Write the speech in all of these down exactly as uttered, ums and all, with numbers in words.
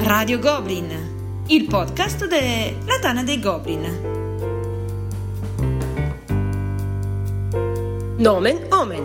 Radio Goblin, il podcast della Tana dei Goblin. Nomen Omen.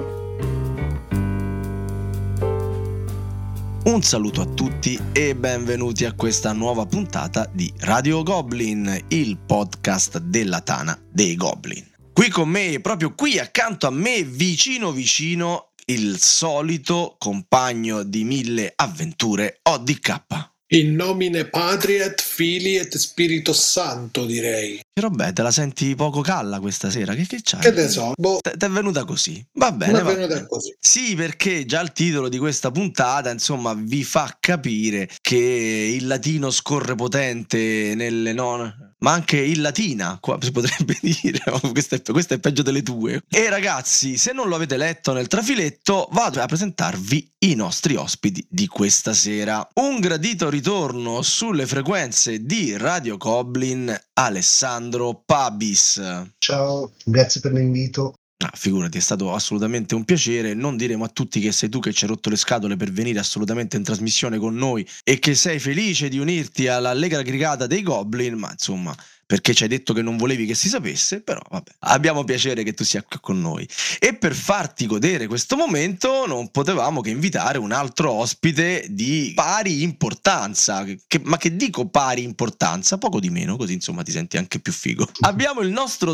Un saluto a tutti e benvenuti a questa nuova puntata di Radio Goblin, il podcast della Tana dei Goblin. Qui con me, proprio qui accanto a me, vicino vicino, il solito compagno di mille avventure, O D K. In nomine Patri et Filii et Spiritus Santo, direi. Vabbè, te la senti poco calla questa sera? Che, che c'hai? Che ne so? Boh. Ti è venuta così? Va bene, è va venuta bene. Così. Sì, perché già il titolo di questa puntata, insomma, vi fa capire che il latino scorre potente nelle non... ma anche il latina, qua si potrebbe dire, questo è, questo è peggio delle tue. E ragazzi, se non lo avete letto nel trafiletto, vado a presentarvi i nostri ospiti di questa sera. Un gradito ritorno sulle frequenze di Radio Goblin, Alessandro Pabis. Ciao, grazie per l'invito. Ah, figurati, è stato assolutamente un piacere. Non diremo a tutti che sei tu che ci hai rotto le scatole per venire assolutamente in trasmissione con noi e che sei felice di unirti alla Allegra Grigata dei Goblin, ma insomma, perché ci hai detto che non volevi che si sapesse, però vabbè, abbiamo piacere che tu sia qui con noi. E per farti godere questo momento non potevamo che invitare un altro ospite di pari importanza, che, ma che dico pari importanza, poco di meno, così insomma ti senti anche più figo. Abbiamo il nostro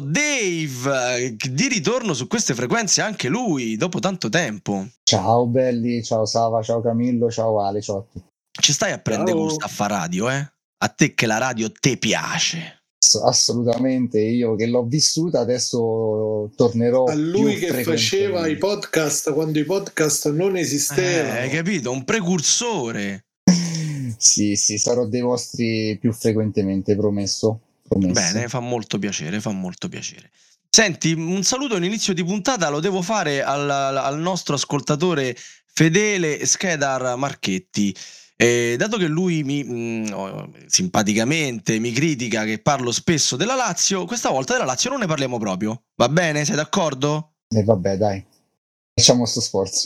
Dave, di ritorno su queste frequenze anche lui, dopo tanto tempo. Ciao belli, ciao Sava, ciao Camillo, ciao Ale, ciao a tutti. Ci stai a prendere gusto a fa radio, eh? A te che la radio te piace. Assolutamente, io che l'ho vissuta adesso tornerò a lui più che faceva i podcast quando i podcast non esistevano. Eh, hai capito? Un precursore. Sì, sì, sarò dei vostri più frequentemente, promesso. promesso. Bene, fa molto piacere, fa molto piacere. Senti, un saluto all'inizio di puntata lo devo fare al, al nostro ascoltatore fedele Schedar Marchetti. Eh, dato che lui mi mh, simpaticamente mi critica che parlo spesso della Lazio, questa volta della Lazio non ne parliamo proprio. Va bene? Sei d'accordo? E eh, vabbè, dai, facciamo sto sforzo.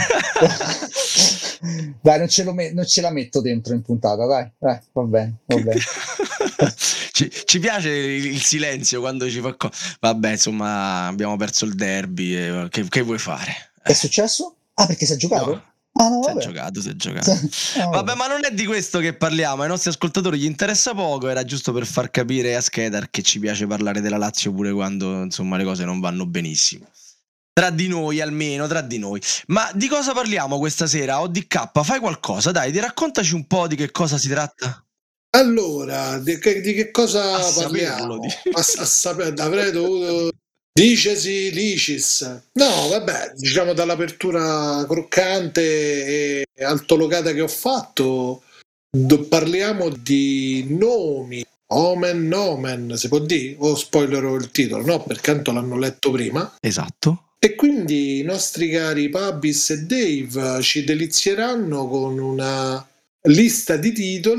Dai, non ce, lo me- non ce la metto dentro in puntata, dai, dai va bene, va bene. ci, ci piace il, il silenzio quando ci fa co- vabbè, insomma, abbiamo perso il derby, eh, che, che vuoi fare? È successo? Ah, perché si è giocato? No. Ah, no, si è vabbè. giocato, si è giocato. no, vabbè, ma non è di questo che parliamo, ai nostri ascoltatori gli interessa poco, era giusto per far capire a Schedar che ci piace parlare della Lazio pure quando, insomma, le cose non vanno benissimo. Tra di noi, almeno, tra di noi. Ma di cosa parliamo questa sera? O D K, fai qualcosa, dai, ti raccontaci un po' di che cosa si tratta. Allora, di che, di che cosa a parliamo? Saperlo, a, a saper, avrei dovuto... Dicesi licis. No, vabbè, diciamo dall'apertura croccante e altolocata che ho fatto, do, parliamo di nomi. Omen, nomen, si può dire? O spoilerò il titolo? No, perché tanto l'hanno letto prima. Esatto. E quindi i nostri cari Pabis e Dave ci delizieranno con una lista di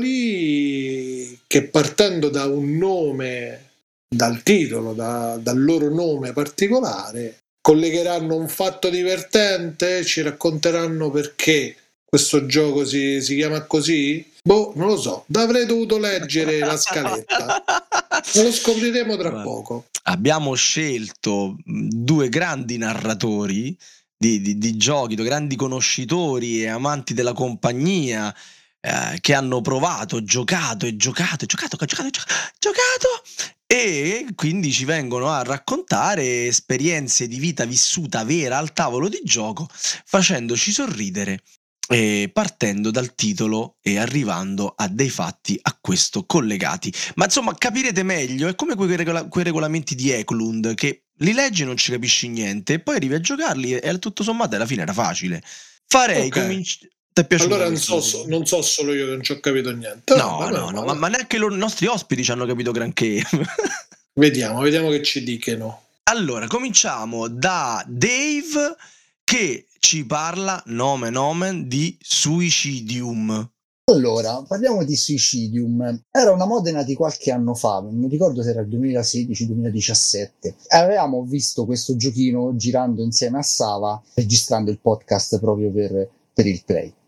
titoli che, partendo da un nome, dal titolo, da, dal loro nome particolare, collegheranno un fatto divertente, ci racconteranno perché questo gioco si, si chiama così? Boh, non lo so, avrei dovuto leggere la scaletta. Lo scopriremo tra Vabbè. poco. Abbiamo scelto due grandi narratori di, di, di giochi, due grandi conoscitori e amanti della compagnia, eh, che hanno provato, giocato e giocato e giocato, giocato, giocato, giocato e quindi ci vengono a raccontare esperienze di vita vissuta vera al tavolo di gioco, facendoci sorridere e partendo dal titolo e arrivando a dei fatti a questo collegati. Ma insomma, capirete meglio, è come quei, regola- quei regolamenti di Eklund che li leggi e non ci capisci niente, e poi arrivi a giocarli e tutto sommato alla fine era facile. Farei Ok. cominci- Ti è piaciuto? Allora non questo? so, non so solo io che non ci ho capito niente. No, Vabbè, no, vabbè, no, vabbè. ma, ma neanche i nostri ospiti ci hanno capito granché. Vediamo, vediamo che ci dicono. Allora, cominciamo da Dave che ci parla, nomen omen, di Suicidium. Allora, parliamo di Suicidium. Era una moda di qualche anno fa, non mi ricordo se era il duemilasedici duemiladiciassette. Avevamo visto questo giochino girando insieme a Sava, registrando il podcast proprio per, per il play.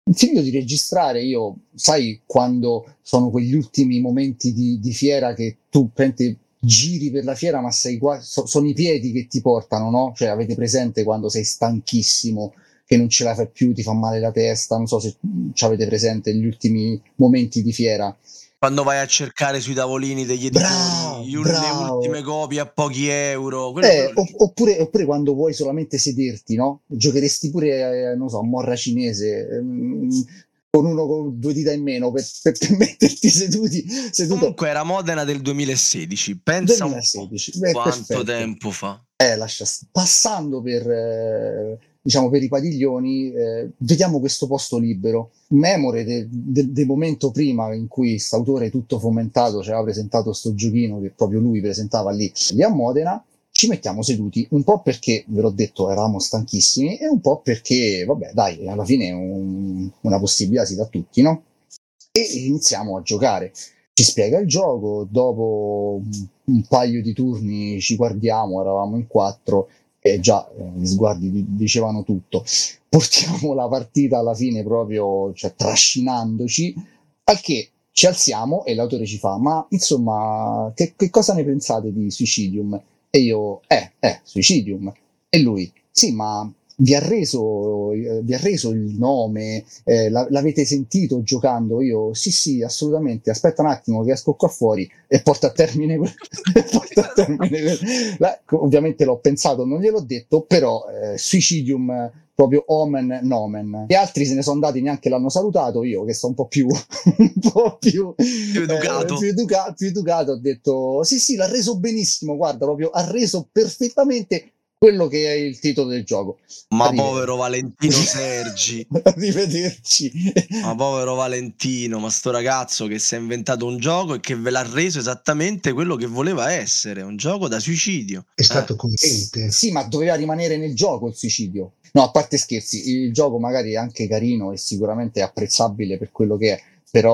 finito di registrare, io sai quando sono quegli ultimi momenti di, di fiera che tu prendi, giri per la fiera ma sei qua, so, sono i piedi che ti portano, no? Cioè avete presente quando sei stanchissimo, che non ce la fai più, ti fa male la testa, non so se ci avete presente gli ultimi momenti di fiera. Quando vai a cercare sui tavolini degli editori Bravo, gli ul- le bravo. ultime copie a pochi euro, quello, Eh, quello lì. opp- oppure, oppure quando vuoi solamente sederti, no? Giocheresti pure, eh, non so, a morra cinese, ehm, con uno con due dita in meno per, per- per metterti seduti, seduto. Comunque era Modena del duemilasedici, pensa un po' duemilasedici, beh, quanto perfetto. tempo fa. Eh, lascia st- passando per, eh, diciamo, per i padiglioni, eh, vediamo questo posto libero. Memore de- de- del momento prima in cui quest'autore tutto fomentato ci aveva presentato sto giochino che proprio lui presentava lì, lì a Modena. Ci mettiamo seduti, un po' perché, ve l'ho detto, eravamo stanchissimi, e un po' perché, vabbè, dai, alla fine un- una possibilità si dà a tutti, no? E iniziamo a giocare. Ci spiega il gioco, dopo un, un paio di turni ci guardiamo, eravamo in quattro e già eh, gli sguardi di- dicevano tutto. Portiamo la partita alla fine proprio, cioè, trascinandoci, al che ci alziamo e l'autore ci fa: ma insomma, che, che cosa ne pensate di Suicidium? E io, eh, eh, Suicidium. E lui, sì, ma vi ha reso, eh, vi ha reso il nome, eh, la- l'avete sentito giocando? Io, sì, sì, assolutamente. Aspetta un attimo che esco qua fuori e porto a termine. que- porto a termine que- la- ovviamente l'ho pensato, non gliel'ho detto, però eh, Suicidium, eh, proprio omen nomen. Gli altri se ne sono andati, neanche l'hanno salutato. Io, che sto un po' più, un po' più, Più eh, educato. più, educa- più educato, ho detto sì, sì, l'ha reso benissimo. Guarda, proprio ha reso perfettamente quello che è il titolo del gioco. Ma Arrive- povero Valentino Sergi, Arrivederci. ma povero Valentino, ma sto ragazzo che si è inventato un gioco e che ve l'ha reso esattamente quello che voleva essere, un gioco da suicidio. È Eh. stato contente. Sì, ma doveva rimanere nel gioco il suicidio. No, a parte scherzi, il gioco magari è anche carino e sicuramente apprezzabile per quello che è,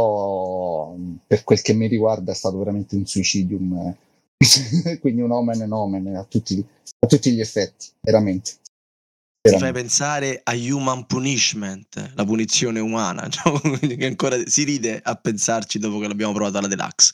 però per quel che mi riguarda è stato veramente un suicidium, eh. Quindi un omen and omen a tutti, a tutti gli effetti, veramente. Ti fai Veramente. pensare a Human Punishment, la punizione umana, cioè, che ancora si ride a pensarci dopo che l'abbiamo provato alla Deluxe.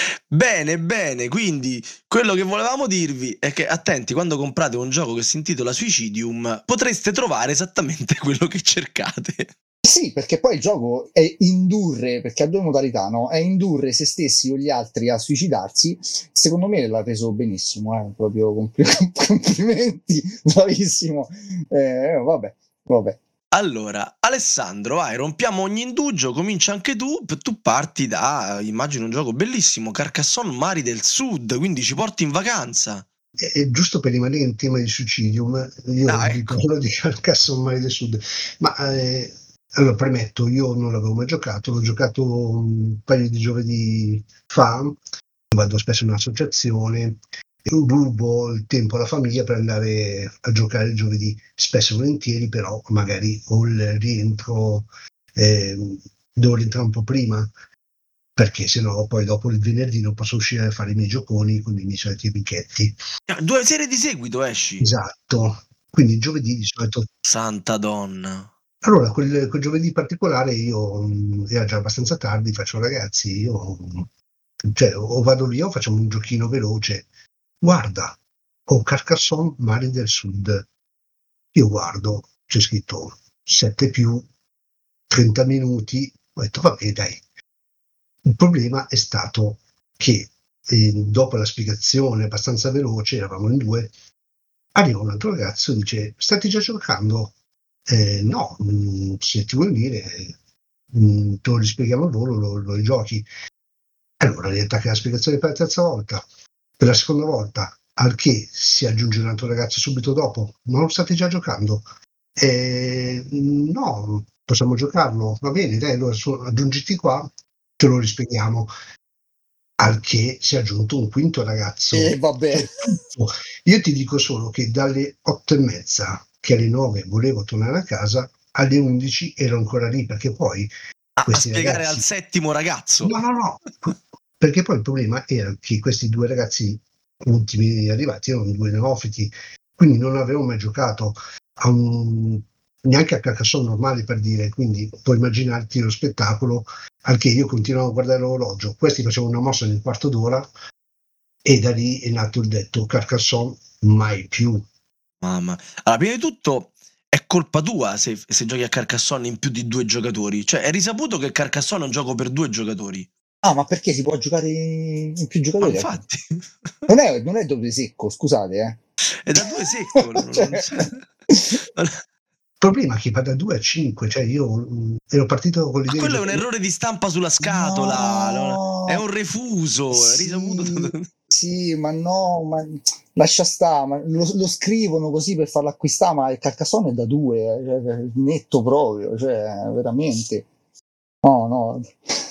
Bene, bene, quindi quello che volevamo dirvi è che attenti, quando comprate un gioco che si intitola Suicidium, potreste trovare esattamente quello che cercate. Sì, perché poi il gioco è indurre, perché ha due modalità, no? È indurre se stessi o gli altri a suicidarsi. Secondo me l'ha reso benissimo, eh? Proprio compli- complimenti, bravissimo. Eh, vabbè, vabbè. Allora, Alessandro, vai, rompiamo ogni indugio, comincia anche tu, p- tu parti da, immagino, un gioco bellissimo, Carcassonne Mari del Sud, quindi ci porti in vacanza. E, e giusto per rimanere in tema di Suicidium, io Ah, vi ecco. parlo di Carcassonne Mari del Sud, ma eh, allora premetto, io non l'avevo mai giocato, l'ho giocato un paio di giovedì fa, vado spesso in un'associazione, rubo il tempo alla famiglia per andare a giocare il giovedì, spesso e volentieri, però magari ho il rientro, eh, devo rientrare un po' prima, perché sennò poi dopo il venerdì non posso uscire a fare i miei gioconi con i miei soliti amichetti. Ah, due serie di seguito esci. Esatto, quindi il giovedì di solito. Santa donna. Allora, quel, quel giovedì particolare io mh, era già abbastanza tardi, faccio ragazzi, io mh, cioè, o vado via o facciamo un giochino veloce. Guarda, ho Carcassonne Mari del Sud. Io guardo, c'è scritto sette più, trenta minuti, ho detto vabbè dai. Il problema è stato che eh, dopo la spiegazione abbastanza veloce, eravamo in due, arriva un altro ragazzo e dice state già giocando? Eh, no, mh, se ti vuoi unire mh, te lo rispieghiamo al volo, lo, lo giochi. Allora riattacca la spiegazione per la terza volta, per la seconda volta, al che si aggiunge un altro ragazzo subito dopo, ma non state già giocando? Eh, no, possiamo giocarlo, va bene, dai, allora su, aggiungiti qua, te lo rispieghiamo. Al che si è aggiunto un quinto ragazzo. E vabbè. Io ti dico solo che dalle otto e mezza, che alle nove volevo tornare a casa, alle undici ero ancora lì, perché poi Ah, a questi spiegare ragazzi... al settimo ragazzo. No, no, no, perché poi il problema era che questi due ragazzi ultimi arrivati erano due neofiti, quindi non avevo mai giocato a un, neanche a Carcassonne normale, per dire, quindi puoi immaginarti lo spettacolo. Anche io continuavo a guardare l'orologio, questi facevano una mossa nel quarto d'ora e da lì è nato il detto Carcassonne mai più. Mamma. Allora, prima di tutto è colpa tua se, se giochi a Carcassonne in più di due giocatori. Cioè, è risaputo che Carcassonne è un gioco per due giocatori. Ah, ma perché si può giocare in più Ma giocatori? infatti, Non è, non è doppio secco, scusate, eh. è da due secco. non- Cioè- non c'è- Il problema è che va da due a cinque, cioè io mh, ero partito con Ma l'idea quello è di un giocare- errore di stampa sulla scatola. No. no? È un refuso. È Sì, risaputo. sì, ma no, ma lascia stare, ma lo, lo scrivono così per farlo acquistare, ma il Carcassonne è da due, eh, cioè, netto proprio, cioè, veramente. No, no.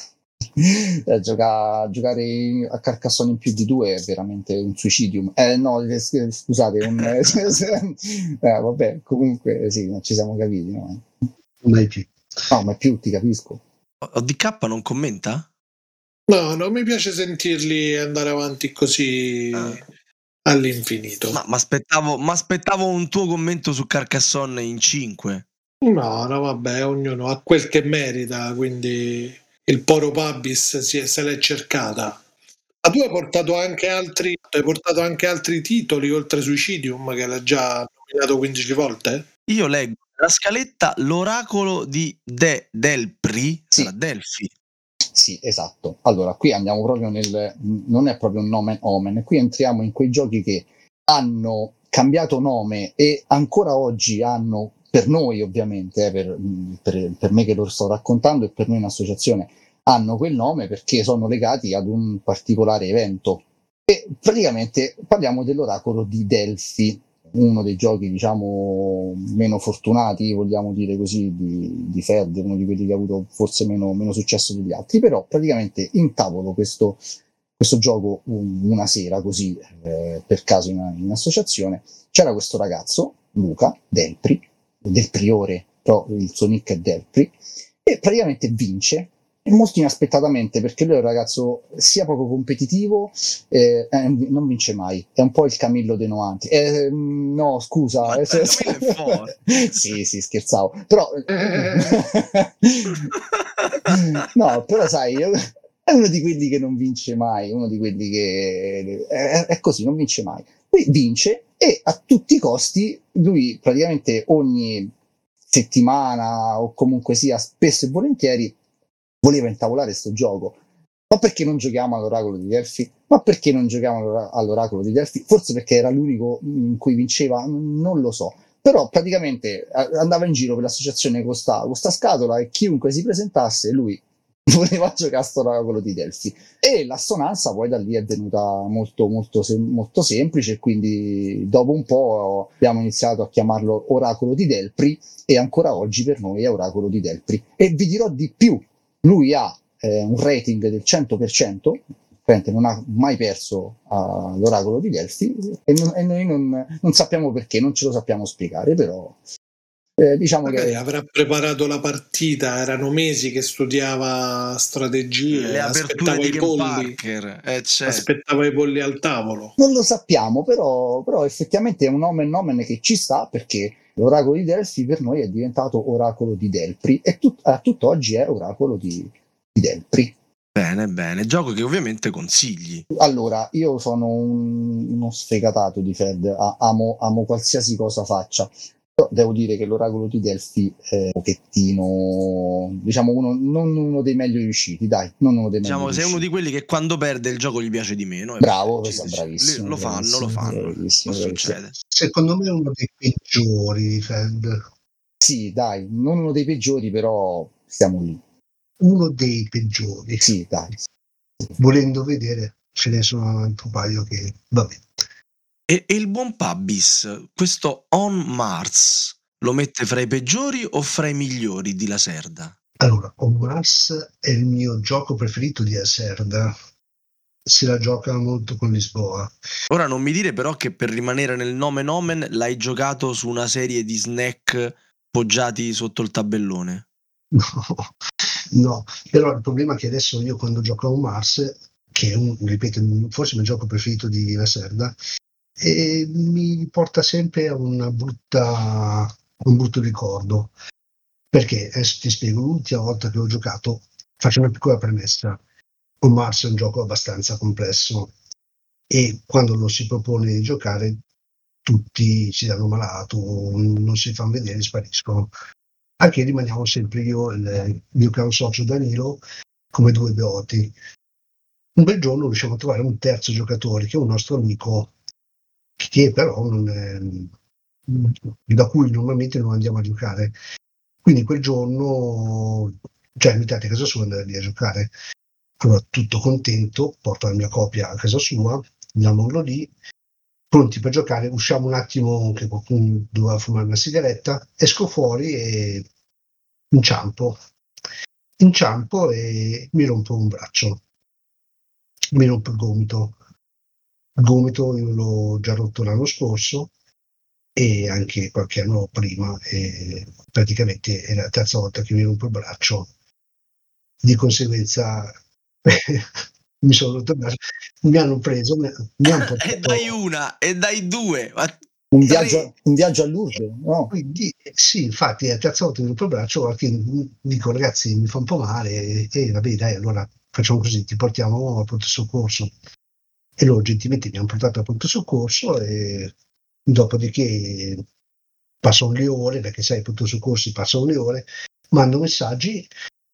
Eh, gioca- giocare a Carcassonne in più di due è veramente un suicidium. Eh, no, eh, s- scusate, un, eh, vabbè, comunque sì, non ci siamo capiti, no? mai più. No, ma più ti capisco. O D K non commenta? No, non mi piace sentirli andare avanti così Ah. all'infinito. Ma aspettavo, aspettavo un tuo commento su Carcassonne in cinque. No, no, vabbè, ognuno ha quel che merita, quindi il Poro Pubis si è- se l'è cercata. Ma tu hai portato anche altri, hai portato anche altri titoli oltre Suicidium, che l'ha già nominato quindici volte? Io leggo la scaletta l'oracolo di De Delpri, Sì. sarà Delphi. Sì, esatto. Allora, qui andiamo proprio nel... non è proprio un nomen omen, qui entriamo in quei giochi che hanno cambiato nome e ancora oggi hanno, per noi ovviamente, eh, per, per, per me che lo sto raccontando e per noi in associazione, hanno quel nome perché sono legati ad un particolare evento. E praticamente parliamo dell'oracolo di Delfi, uno dei giochi diciamo meno fortunati, vogliamo dire così, di, di Ferd, uno di quelli che ha avuto forse meno, meno successo degli altri, però praticamente in tavolo questo, questo gioco un- una sera così eh, per caso in, in associazione c'era questo ragazzo Luca Delpri, del Priore, però il suo nick è Delpri, e praticamente vince e molto inaspettatamente perché lui è un ragazzo sia poco competitivo, eh, eh, non vince mai, è un po' il Camillo De Noanti. Eh, no, scusa, Ma eh, dai, Camillo è forte. sì, sì, scherzavo, però no, però sai, è uno di quelli che non vince mai, uno di quelli che è, è così, non vince mai. Lui vince e a tutti i costi, lui praticamente ogni settimana o comunque sia, spesso e volentieri, voleva intavolare sto gioco. Ma perché non giochiamo all'oracolo di Delphi? Ma perché non giochiamo all'ora- all'oracolo di Delphi? Forse perché era l'unico in cui vinceva, non lo so. Però praticamente eh, andava in giro per l'associazione con sta, con sta scatola e chiunque si presentasse, lui voleva giocare a sto oracolo di Delphi. E l'assonanza poi da lì è venuta molto, molto, sem- molto semplice, e quindi dopo un po' abbiamo iniziato a chiamarlo oracolo di Delphi e ancora oggi per noi è oracolo di Delphi. E vi dirò di più, lui ha eh, un rating del cento per cento, non ha mai perso all'oracolo di Delphi e, non, e noi non, non sappiamo perché, non ce lo sappiamo spiegare, però eh, diciamo Magari che avrà preparato la partita, erano mesi che studiava strategie, Le aperture aspettava di i Ken polli, Parker. Eh, certo. aspettava i polli al tavolo. non lo sappiamo, però, però effettivamente è un nomen nomen che ci sta perché l'oracolo di Delphi per noi è diventato oracolo di Delphi e tut, a tutt'oggi è oracolo di, di Delphi. Bene, bene. Gioco che ovviamente consigli. Allora, io sono un- uno sfegatato di Fed, a- amo, amo qualsiasi cosa faccia, però devo dire che l'oracolo di Delphi è un pochettino, diciamo, uno, non uno dei meglio riusciti, dai, non uno dei Diciamo meglio che sei uno riusciti. di quelli che quando perde il gioco gli piace di meno. e Bravo, vabbè, ci- questo è ci- bravissimo, Lo fanno, lo bravissimo, fanno. bravissimo, Non bravissimo. succede. Secondo me è uno dei peggiori di Fed. Sì, dai, non uno dei peggiori, però stiamo lì. Uno dei peggiori. Sì, dai. Volendo vedere, ce ne sono un paio che... Vabbè. E, e il buon Pubis, questo On Mars, lo mette fra i peggiori o fra i migliori di Lacerda? Allora, On Mars è il mio gioco preferito di Lacerda. Se la gioca molto con Lisboa. Ora non mi dire però che per rimanere nel nome nomen l'hai giocato su una serie di snack poggiati sotto il tabellone. No, no, però il problema è che adesso io quando gioco a un Mars, che è un, ripeto, forse il mio gioco preferito di Lacerda, e mi porta sempre a una brutta un brutto ricordo. Perché, adesso ti spiego, l'ultima volta che ho giocato, faccio una piccola premessa, un Mars è un gioco abbastanza complesso e quando lo si propone di giocare tutti si danno malato, non si fanno vedere, spariscono. Anche rimaniamo sempre io e il mio caro socio Danilo come due beoti. Un bel giorno riusciamo a trovare un terzo giocatore che è un nostro amico che però non è, da cui normalmente non andiamo a giocare. Quindi quel giorno ci ha invitati a casa sua ad andare lì a giocare. Allora, tutto contento, porto la mia copia a casa sua, andiamo lì, pronti per giocare, usciamo un attimo che qualcuno doveva fumare una sigaretta, esco fuori e inciampo. Inciampo e mi rompo un braccio. Mi rompo il gomito. Il gomito io l'ho già rotto l'anno scorso e anche qualche anno prima, e praticamente è la terza volta che mi rompo il braccio. Di conseguenza mi sono rotto il braccio, mi hanno preso, mi, mi hanno portato... E dai una, e dai due, ma un viaggio, un viaggio a Lourdes, no? Quindi, sì, infatti è la terza volta che mi rompo il braccio, che dico ragazzi mi fa un po' male e, e vabbè dai, allora facciamo così, ti portiamo al pronto soccorso. E loro gentilmente mi hanno portato al pronto soccorso e dopodiché passano le ore, perché sai, i pronto soccorsi passano le ore, mando messaggi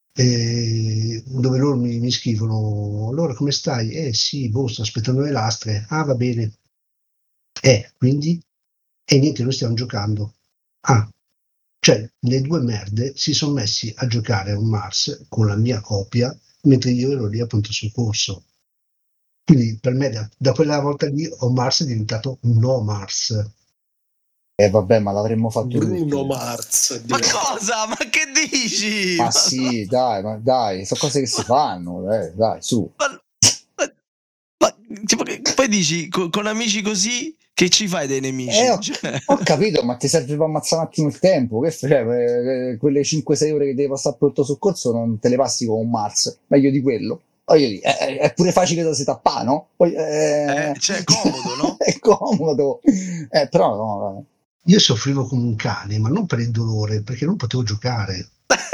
eh, dove loro mi, mi scrivono: allora come stai? Eh sì, boh, sto aspettando le lastre. Ah, va bene. Eh, quindi? E niente, noi stiamo giocando. Ah, cioè le due merde si sono messi a giocare a un Mars con la mia copia mentre io ero lì a pronto soccorso. Quindi per me da, da quella volta lì o Mars è diventato un no Mars. E eh vabbè, ma l'avremmo fatto Bruno tutti. Mars. Ma cosa? Ma che dici? Ma Ma sì, dai, ma dai, sono cose che si fanno, eh, dai, su. Ma, ma, ma tipo che- poi dici co- con amici così che ci fai dei nemici? Eh, ho, Cioè, ho capito, ma ti serve per ammazzare un attimo il tempo. Che fai? Cioè, eh, quelle cinque sei ore che devi passare a pronto soccorso non te le passi con un Mars, meglio di quello. Voglio dire, è, è pure facile da si tappare, no? Poi, eh, eh, cioè, è comodo, no? è comodo. Eh, però no, Io soffrivo come un cane, ma non per il dolore, perché non potevo giocare.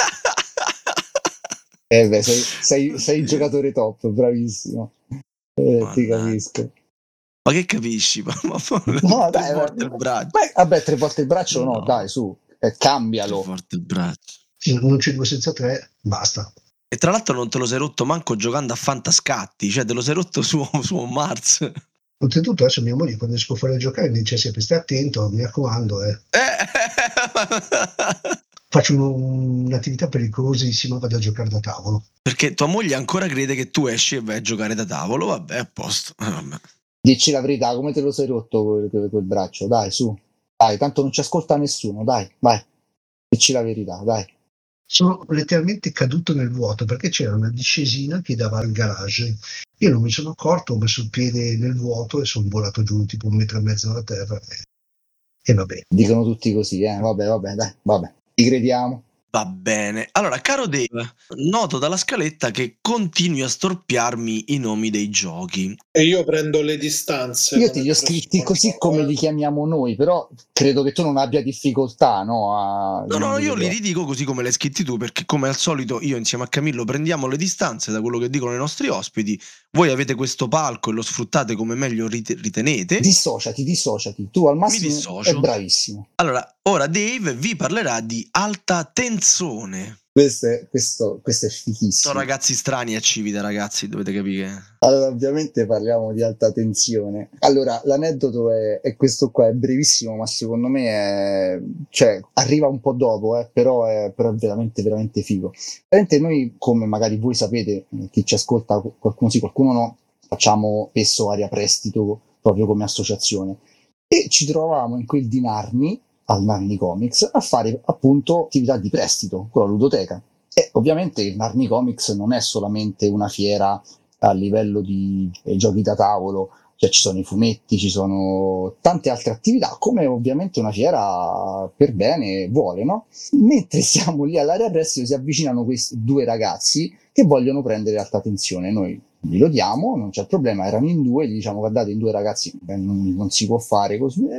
eh, beh, sei, sei, sei il giocatore top, bravissimo. Eh, ti Mannaggia. capisco. Ma che capisci? Ma, ma, ma- No, tre dai, volte il braccio. beh, vabbè, tre volte il braccio, no, No. dai, su, eh, Tre cambialo. volte il braccio. Non c'è due senza tre, basta. E tra l'altro non te lo sei rotto manco giocando a fantascatti, cioè te lo sei rotto su, su un Mars. Oltretutto adesso mia moglie quando esco fuori a giocare mi dice sempre stai attento, mi raccomando, eh. Eh. Faccio un- un'attività pericolosissima, vado a giocare da tavolo. Perché tua moglie ancora crede che tu esci e vai a giocare da tavolo, vabbè, a posto. Eh, vabbè. Dici la verità, come te lo sei rotto quel, quel- quel braccio? Dai, su. Dai, tanto non ci ascolta nessuno, dai, vai. Dici la verità, dai. Sono letteralmente caduto nel vuoto perché c'era una discesina che dava al garage. Io non mi sono accorto, ho messo il piede nel vuoto e sono volato giù tipo un metro e mezzo dalla terra. E, e vabbè. Dicono tutti così, eh. Vabbè, vabbè, dai, vabbè. Ti crediamo. Va bene. Allora, caro Dave, noto dalla scaletta che continui a storpiarmi i nomi dei giochi. E io prendo le distanze. Io con ti il li ho scritti prossimo così gioco, come eh. li chiamiamo noi, però credo che tu non abbia difficoltà, no? A... No, no, io li dirlo. ridico così come l'hai scritti tu, perché come al solito io insieme a Camillo prendiamo le distanze da quello che dicono i nostri ospiti. Voi avete questo palco e lo sfruttate come meglio rite- ritenete. Dissociati, dissociati. Tu al massimo dissocio. è bravissimo. Allora, ora Dave vi parlerà di alta tensione. Questo è, questo, questo è Sono fighissimo. ragazzi strani a Civita, ragazzi, dovete capire. Allora, ovviamente parliamo di alta tensione. Allora, l'aneddoto è, è questo qua, è brevissimo, ma secondo me è, cioè, arriva un po' dopo, eh, però, è, però è veramente, veramente figo. Veramente noi, come magari voi sapete, chi ci ascolta, qualcuno sì, qualcuno no, facciamo spesso area prestito proprio come associazione. E ci trovavamo in quel di Narni, al Narni Comics, a fare appunto attività di prestito con la ludoteca. E ovviamente il Narni Comics non è solamente una fiera a livello di eh, giochi da tavolo, cioè ci sono i fumetti, ci sono tante altre attività, come ovviamente una fiera per bene vuole, no? Mentre siamo lì all'area prestito si avvicinano questi due ragazzi che vogliono prendere alta tensione. Noi glielo diamo, non c'è problema, erano in due, gli diciamo guardate in due ragazzi, beh, non, non si può fare così.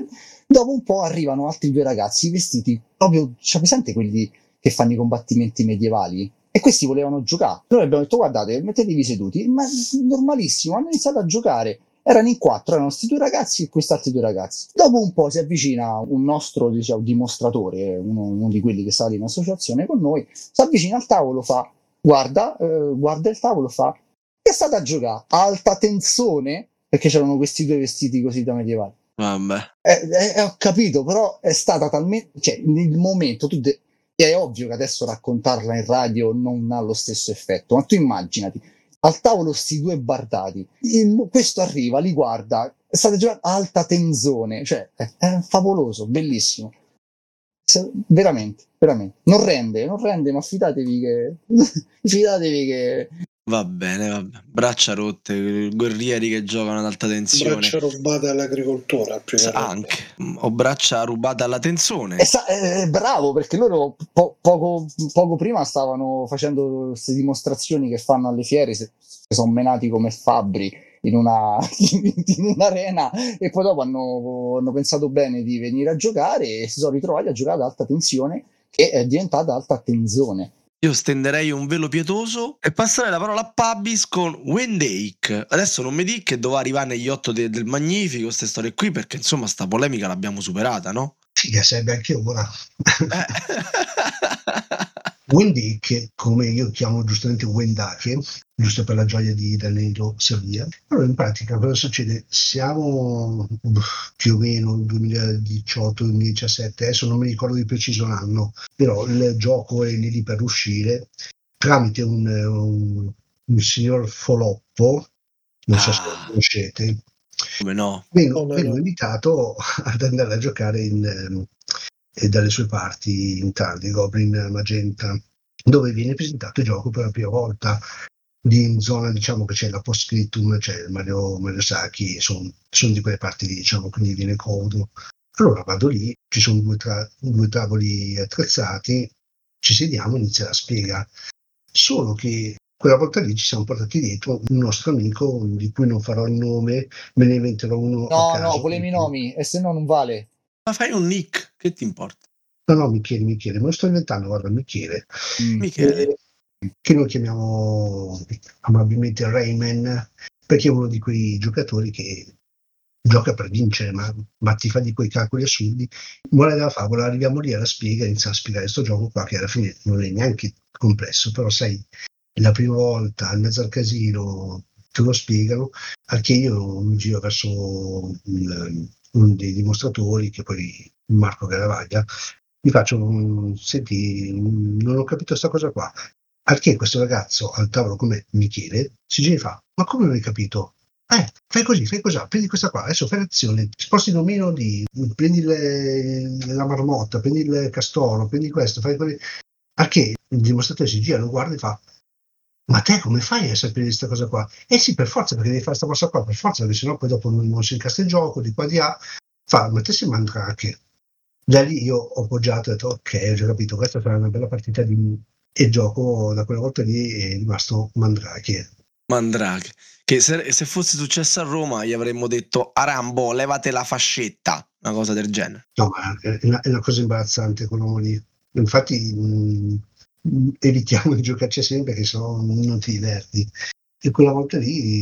Dopo un po' arrivano altri due ragazzi vestiti proprio, c'è presente quelli che fanno i combattimenti medievali? E questi volevano giocare. Noi abbiamo detto guardate, mettetevi seduti, ma normalissimo, hanno iniziato a giocare. Erano in quattro, erano questi due ragazzi e questi altri due ragazzi. Dopo un po' si avvicina un nostro, diciamo, dimostratore, uno, uno di quelli che sta lì in associazione con noi, si avvicina al tavolo, fa guarda, eh, guarda il tavolo, fa che è stata a giocare? Alta tensione, perché c'erano questi due vestiti così da medievali. Vabbè. Eh, eh, ho capito, però è stata talmente, cioè nel momento tu de- è ovvio che adesso raccontarla in radio non ha lo stesso effetto, ma tu immaginati al tavolo sti due bardati, il, questo arriva, li guarda, è stata giocata alta tensione, cioè è, è favoloso, bellissimo. Se, veramente, veramente. Non rende, non rende, ma fidatevi che fidatevi che Va bene, vabbè. Braccia rotte, guerrieri che giocano ad alta tensione. Braccia rubate all'agricoltura, più che Anche. O braccia rubate alla tensione. È, sa- è bravo, perché loro po- poco, poco prima stavano facendo queste dimostrazioni che fanno alle fiere, se, se sono menati come fabbri in una in un'arena, e poi dopo hanno, hanno pensato bene di venire a giocare e si sono ritrovati a giocare ad alta tensione, che è diventata alta tensione. Io stenderei un velo pietoso e passerei la parola a Pabis con Wendake. Adesso non mi dica che doveva arrivare negli otto de- del Magnifico, queste storie qui, perché insomma sta polemica l'abbiamo superata, no? Figa, serve anche ora. Eh. Wendake, come io chiamo giustamente Wendake, giusto per la gioia di Danilo Servia. Allora, in pratica, cosa succede? Siamo uff, più o meno nel duemiladiciotto duemiladiciassette, adesso non mi ricordo di preciso l'anno, però il gioco è lì lì per uscire, tramite un, un, un signor Foloppo, non so se lo conoscete. Come no? Vengo, Come vengo no? invitato ad andare a giocare in, ehm, e dalle sue parti in tardi, Goblin Magenta, dove viene presentato il gioco per la prima volta. Lì in zona, diciamo che c'è la post-scriptum, c'è Mario, Mario Sacchi, sono, sono di quelle parti lì, diciamo, quindi viene comodo. Allora vado lì, ci sono due, tra, due tavoli attrezzati, ci sediamo, inizia la spiega. Solo che quella volta lì ci siamo portati dietro un nostro amico, di cui non farò il nome, me ne inventerò uno a No, caso. no, volemi i nomi, e se no non vale. Ma fai un nick, che ti importa? No, no, Michele, Michele, me lo sto inventando, guarda, Michele. Mm. Michele. Eh, che noi chiamiamo amabilmente Rayman, perché è uno di quei giocatori che gioca per vincere, ma, ma ti fa di quei calcoli assurdi. Morale della favola, arriviamo lì alla spiega e inizia a spiegare questo gioco qua, che alla fine non è neanche complesso, però sai, la prima volta, in mezzo al casino, te lo spiegano, al che io mi giro verso un, uno dei dimostratori, che poi Marco Garavaglia, gli faccio un, senti, non ho capito questa cosa qua. Al che questo ragazzo al tavolo come Michele si gira e fa, ma come non hai capito? Eh, fai così, fai così, prendi questa qua, adesso fai l'azione, sposti il nomino di, prendi le, la marmotta, prendi il castoro, prendi questo, fai così. Al che il dimostratore si gira, lo guarda e fa, ma te come fai a sapere questa cosa qua? Eh sì, per forza, perché devi fare questa cosa qua, per forza, perché sennò poi dopo non, non si incastra il gioco, di qua di là. Fa, ma te sei mandrake. Da lì io ho appoggiato e ho detto, ok, ho già capito, questa sarà una bella partita di... E il gioco da quella volta lì è rimasto Mandrake. Mandrake. Che se, se fosse successo a Roma gli avremmo detto Arambo, levate la fascetta, una cosa del genere. No, ma è una, è una cosa imbarazzante quell'uomo lì. Infatti mh, evitiamo di giocarci sempre, perché sennò non ti diverti. E quella volta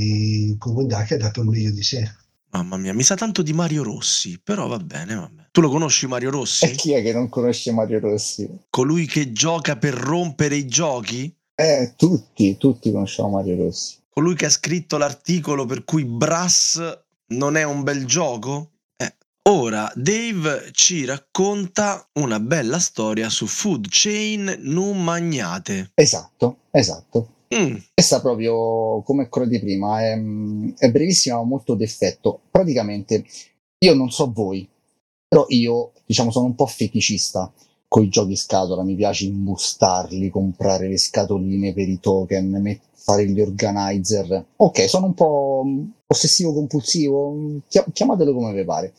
lì con Wendake ha dato il meglio di sé. Mamma mia, mi sa tanto di Mario Rossi, però va bene, va bene. Tu lo conosci Mario Rossi? E chi è che non conosce Mario Rossi? Colui che gioca per rompere i giochi? Eh, tutti, tutti conosciamo Mario Rossi. Colui che ha scritto l'articolo per cui Brass non è un bel gioco? Eh. Ora Dave ci racconta una bella storia su Food Chain Non Magnate. Esatto, esatto. Mm. Questa proprio come quello di prima, è, è brevissima, ma molto d'effetto. Praticamente, io non so voi, però io, diciamo, sono un po' feticista con i giochi scatola, mi piace imbustarli, comprare le scatoline per i token, met- fare gli organizer. Ok, sono un po' ossessivo compulsivo, chiamatelo come vi pare.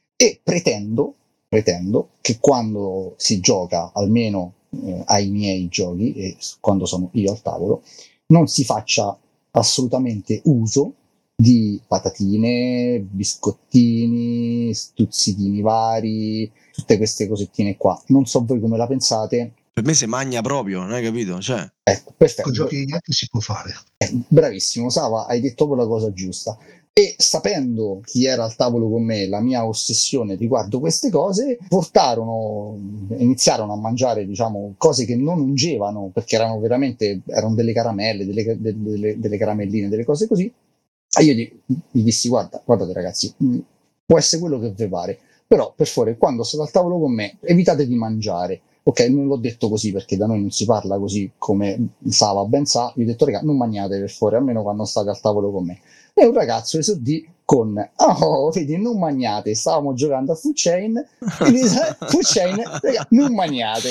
E pretendo, pretendo che quando si gioca, almeno eh, ai miei giochi, e quando sono io al tavolo, non si faccia assolutamente uso di patatine, biscottini, stuzzicini vari, tutte queste cosettine qua. Non so voi come la pensate. Per me si magna proprio, non hai capito? Cioè... Ecco, perfetto. Con giochi di gatti si può fare. Eh, bravissimo, Sava, hai detto proprio la cosa giusta. E sapendo chi era al tavolo con me, la mia ossessione riguardo queste cose, portarono, iniziarono a mangiare, diciamo, cose che non ungevano, perché erano veramente, erano delle caramelle, delle, delle, delle caramelline, delle cose così. E io gli, gli dissi, guarda, guardate ragazzi, mh, può essere quello che vi pare, però per favore, quando state al tavolo con me, evitate di mangiare. Ok, non l'ho detto così perché da noi non si parla così come Sava ben sa. Gli ho detto, raga, non mangiate per favore, almeno quando state al tavolo con me. E un ragazzo esordì con, oh, vedi, non mangiate, stavamo giocando a Food Chain, e dice, Food Chain, raga, non mangiate.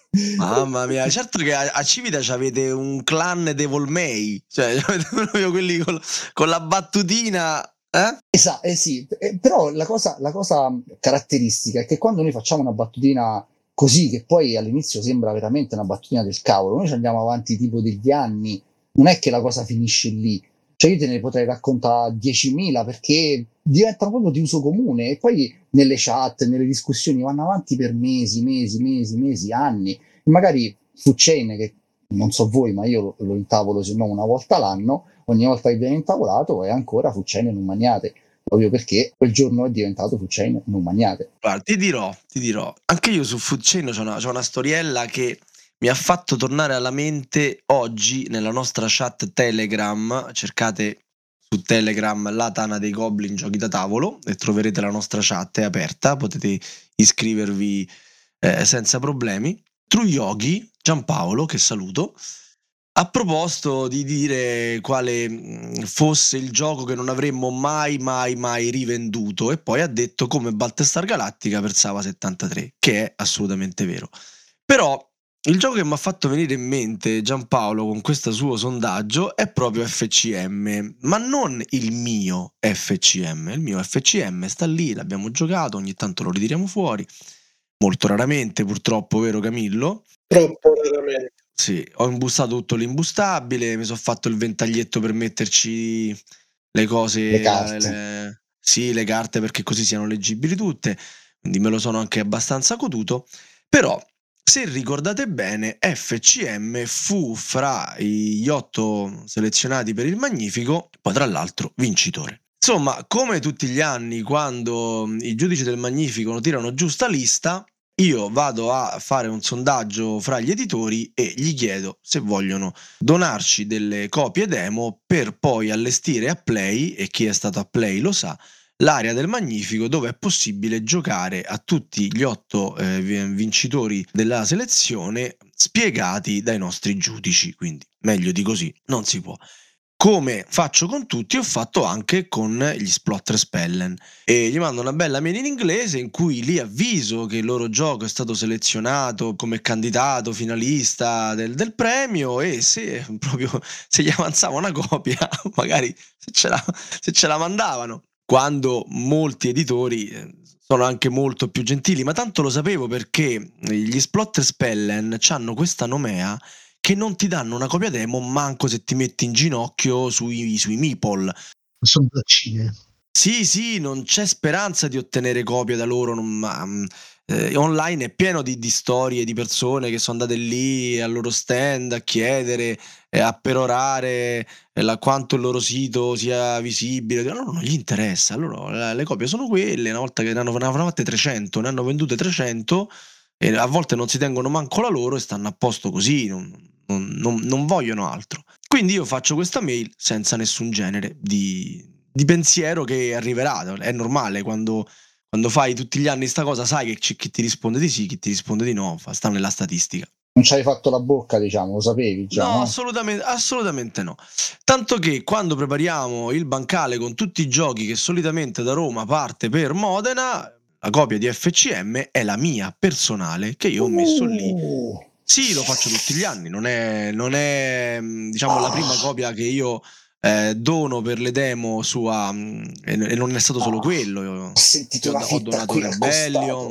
Mamma mia, certo che a, a Civita avete un clan dei Volmei, cioè avete proprio quelli con, con la battutina, eh? Esatto, eh sì, eh, però la cosa, la cosa caratteristica è che quando noi facciamo una battutina così, che poi all'inizio sembra veramente una battutina del cavolo, noi ci andiamo avanti tipo degli anni, non è che la cosa finisce lì. Cioè io te ne potrei raccontare diecimila perché diventano proprio di uso comune e poi nelle chat, nelle discussioni vanno avanti per mesi, mesi, mesi, mesi, anni. E magari Food Chain, che non so voi, ma io lo, lo intavolo se no una volta l'anno, ogni volta che viene intavolato è ancora Food Chain non maniate, proprio perché quel giorno è diventato Food Chain non maniate. Guarda, ti dirò, ti dirò, anche io su Food Chain c'ho una, c'ho una storiella che mi ha fatto tornare alla mente oggi nella nostra chat Telegram. Cercate su Telegram la Tana dei Goblin giochi da tavolo e troverete la nostra chat, è aperta, potete iscrivervi eh, senza problemi. True Yogi, Giampaolo, che saluto, ha proposto di dire quale mh, fosse il gioco che non avremmo mai mai mai rivenduto e poi ha detto come Battlestar Galactica per Sava settantatré, che è assolutamente vero. Però il gioco che mi ha fatto venire in mente Giampaolo con questo suo sondaggio è proprio F C M, ma non il mio F C M. Il mio F C M sta lì, l'abbiamo giocato, ogni tanto lo ritiriamo fuori, molto raramente purtroppo, vero Camillo? Troppo raramente. Sì, ho imbustato tutto l'imbustabile, mi sono fatto il ventaglietto per metterci le cose, Le carte. le- sì, le carte perché così siano leggibili tutte, quindi me lo sono anche abbastanza goduto, però se ricordate bene F C M fu fra gli otto selezionati per il Magnifico, poi tra l'altro vincitore. Insomma, come tutti gli anni quando i giudici del Magnifico tirano giù sta lista, io vado a fare un sondaggio fra gli editori e gli chiedo se vogliono donarci delle copie demo per poi allestire a Play, e chi è stato a Play lo sa, l'area del Magnifico dove è possibile giocare a tutti gli otto eh, vincitori della selezione spiegati dai nostri giudici, quindi meglio di così non si può. Come faccio con tutti, ho fatto anche con gli Splotter Spellen e gli mando una bella mail in inglese in cui li avviso che il loro gioco è stato selezionato come candidato finalista del, del premio e se proprio se gli avanzava una copia magari se ce la, se ce la mandavano, quando molti editori sono anche molto più gentili, ma tanto lo sapevo perché gli Splotter Spellen hanno questa nomea che non ti danno una copia demo manco se ti metti in ginocchio sui, sui meeple. Sono braccine. Sì, sì, non c'è speranza di ottenere copie da loro, non, ma, eh, online è pieno di, di storie di persone che sono andate lì al loro stand a chiedere, eh, a perorare eh, la, quanto il loro sito sia visibile. A loro non gli interessa, a loro la, le copie sono quelle, una volta che ne hanno, ne hanno fatte trecento, ne hanno vendute trecento, e a volte non si tengono manco la loro e stanno a posto così, non, non, non, non vogliono altro. Quindi io faccio questa mail senza nessun genere di, di pensiero che arriverà. È normale, quando, quando fai tutti gli anni sta cosa sai che c- chi ti risponde di sì, chi ti risponde di no, sta nella statistica. Non ci hai fatto la bocca, diciamo, lo sapevi già, No, no? assolutamente, assolutamente no. Tanto che quando prepariamo il bancale con tutti i giochi che solitamente da Roma parte per Modena, la copia di F C M è la mia personale che io ho messo lì. Uh, Sì, lo faccio tutti gli anni, non è, non è mh, diciamo la prima copia che io eh, dono per le demo sua, mh, e, e non è stato solo Ah, quello. ho sentito Io una ho fitta donato qui al Rebellion. costato.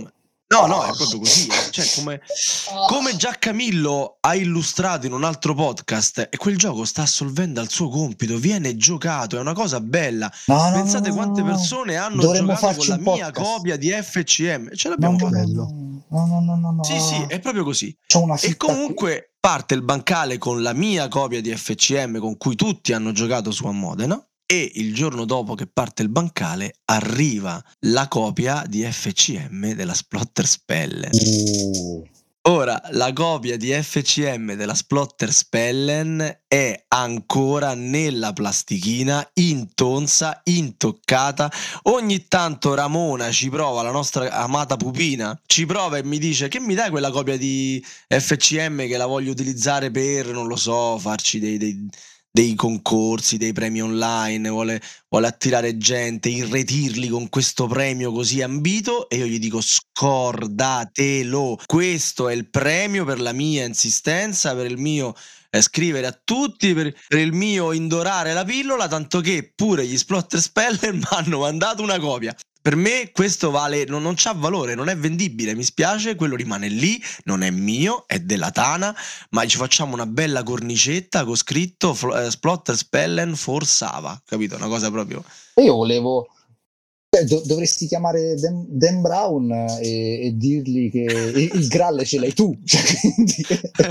No, no, è proprio così, eh. Cioè, come, come già Camillo ha illustrato in un altro podcast, e quel gioco sta assolvendo al suo compito, viene giocato, è una cosa bella. No, no, Pensate no, no, quante no, no. persone hanno Dovremmo giocato con farci la un mia podcast. copia di F C M. Ce No, l'abbiamo no, fatta. no, no, no, no, no, no. Sì, sì, è proprio così. C'ho una E fitta qui. comunque parte il bancale con la mia copia di F C M con cui tutti hanno giocato su a Modena, e il giorno dopo che parte il bancale arriva la copia di F C M della Splotter Spellen. Uh. Ora, la copia di F C M della Splotter Spellen è ancora nella plastichina, intonsa, intoccata. Ogni tanto Ramona ci prova, la nostra amata pupina, ci prova e mi dice: che mi dai quella copia di F C M che la voglio utilizzare per, non lo so, farci dei, dei, dei concorsi, dei premi online, vuole, vuole attirare gente, irretirli con questo premio così ambito. E io gli dico: scordatelo, questo è il premio per la mia insistenza, per il mio eh, scrivere a tutti, per, per il mio indorare la pillola, tanto che pure gli Splotter Speller mi hanno mandato una copia. Per me questo vale, non, non c'ha valore, non è vendibile, mi spiace, quello rimane lì, non è mio, è della Tana, ma ci facciamo una bella cornicetta con scritto eh, Splotter Spellen for Sava, capito? Una cosa proprio... E io volevo... Cioè, do- dovresti chiamare Dan, Dan Brown e, e dirgli che il, il Graal ce l'hai tu. Cioè, quindi...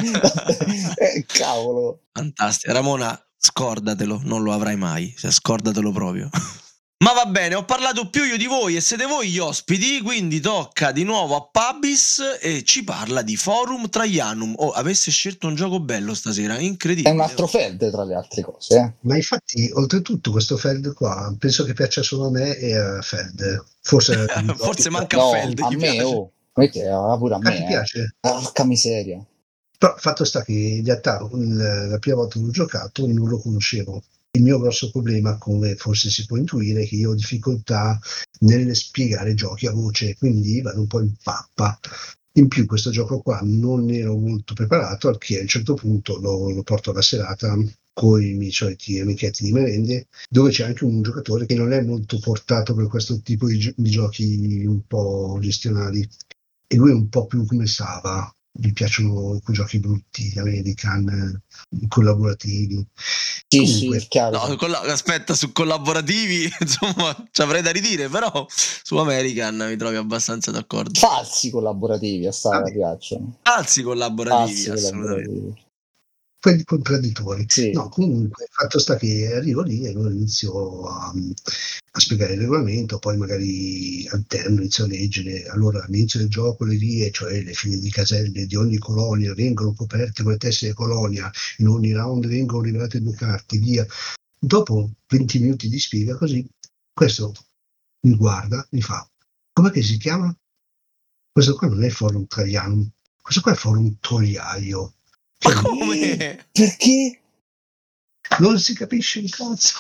eh, cavolo. Fantastico. Ramona, scordatelo, non lo avrai mai, cioè, scordatelo proprio. Ma va bene, ho parlato più io di voi e siete voi gli ospiti, quindi tocca di nuovo a Pabis e ci parla di Forum Traianum. Oh, avesse scelto un gioco bello stasera, incredibile. È un altro Feld tra le altre cose. Eh? Ma infatti, oltretutto, questo Feld qua penso che piaccia solo a me e a Feld. Forse, Forse manca no, a Feld. a gli me, piace. oh. Ah, pure a Ah, me. ti eh. piace? Porca miseria. Però fatto sta che in realtà il- la prima volta che l'ho giocato non lo conoscevo. Il mio grosso problema, come forse si può intuire, è che io ho difficoltà nel spiegare giochi a voce, quindi vado un po' in pappa. In più questo gioco qua non ero molto preparato, al che a un certo punto lo, lo porto alla serata con i miei soliti amichetti di merende, dove c'è anche un giocatore che non è molto portato per questo tipo di, gio- di giochi un po' gestionali, e lui è un po' più come Sava. Mi piacciono quei giochi brutti, American, eh, collaborativi. Sì, Comunque, sì, chiaro. No, colla- aspetta, su collaborativi, insomma, ci avrei da ridire, però su American mi trovi abbastanza d'accordo. Falsi collaborativi a Sava Vabbè. piacciono. Falsi collaborativi, Falsi assolutamente. collaborativi. quelli contraddittori. Sì. No, comunque, il fatto sta che arrivo lì e allora inizio a, a spiegare il regolamento, poi magari alterno, inizio a leggere. Allora, all'inizio del gioco le vie, cioè le file di caselle di ogni colonia, vengono coperte con le tessere colonia, in ogni round vengono rivelate due carte, via. Dopo venti minuti di spiega così, questo mi guarda, mi fa: com'è che si chiama? Questo qua non è Forum Traianum, questo qua è Forum Toriaio. Ma come? Perché? Non si capisce il cazzo.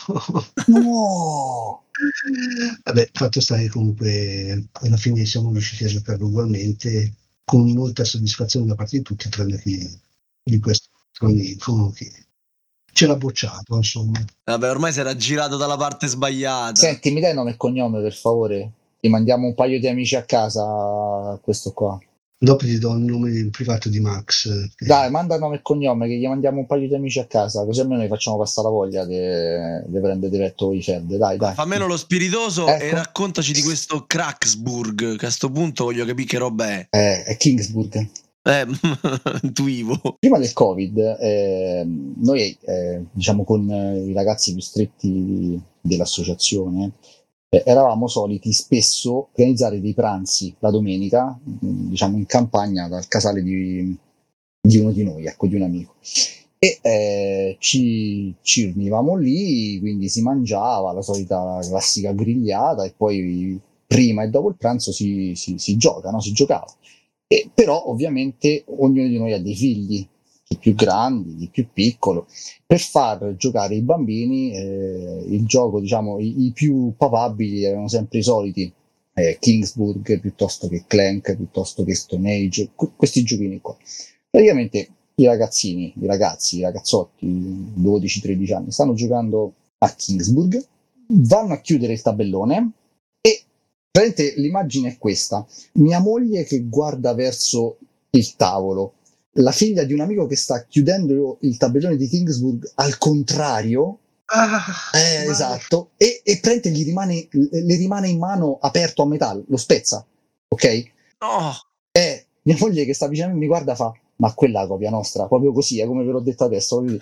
No! Vabbè, fatto sta che comunque alla fine siamo riusciti a giocare ugualmente con molta soddisfazione da parte di tutti, tranne che di questo. Quindi comunque ce l'ha bocciato, insomma. Vabbè, ormai si era girato dalla parte sbagliata. Senti, mi dai nome e cognome per favore? Ti mandiamo un paio di amici a casa, questo qua. Dopo ti do il nome privato di Max. che- Dai, manda nome e cognome che gli mandiamo un paio di amici a casa, così almeno gli facciamo passare la voglia di prendere diretto i Fed. Dai, dai. Fa meno lo spiritoso Ecco. e raccontaci di questo Kraksburg, che a sto punto voglio capire che roba è. Eh, è Kingsburg. Eh, intuivo. Prima del Covid, eh, noi, eh, diciamo, con eh, i ragazzi più stretti dell'associazione, eh, eravamo soliti spesso organizzare dei pranzi la domenica, mh, diciamo, in campagna dal casale di, di uno di noi, ecco, di un amico. E eh, ci, ci riunivamo lì, quindi si mangiava la solita classica grigliata e poi prima e dopo il pranzo si, si, si gioca, no? Si giocava. E però ovviamente ognuno di noi ha dei figli, chi più grandi, chi più piccolo. Per far giocare i bambini, eh, il gioco, diciamo, i, i più papabili erano sempre i soliti, eh, Kingsburg piuttosto che Clank, piuttosto che Stone Age, qu- questi giochini qua. Praticamente i ragazzini, i ragazzi, i ragazzotti, dodici tredici anni, stanno giocando a Kingsburg, vanno a chiudere il tabellone e Praticamente l'immagine è questa: mia moglie che guarda verso il tavolo, la figlia di un amico che sta chiudendo il tabellone di Kingsburg al contrario. Ah, Eh, esatto, e, e praticamente gli rimane, le rimane in mano aperto a metà, lo spezza, ok? No, E mia moglie che sta vicino a me mi guarda, fa: ma quella è la copia nostra, proprio così, è come ve l'ho detto adesso. E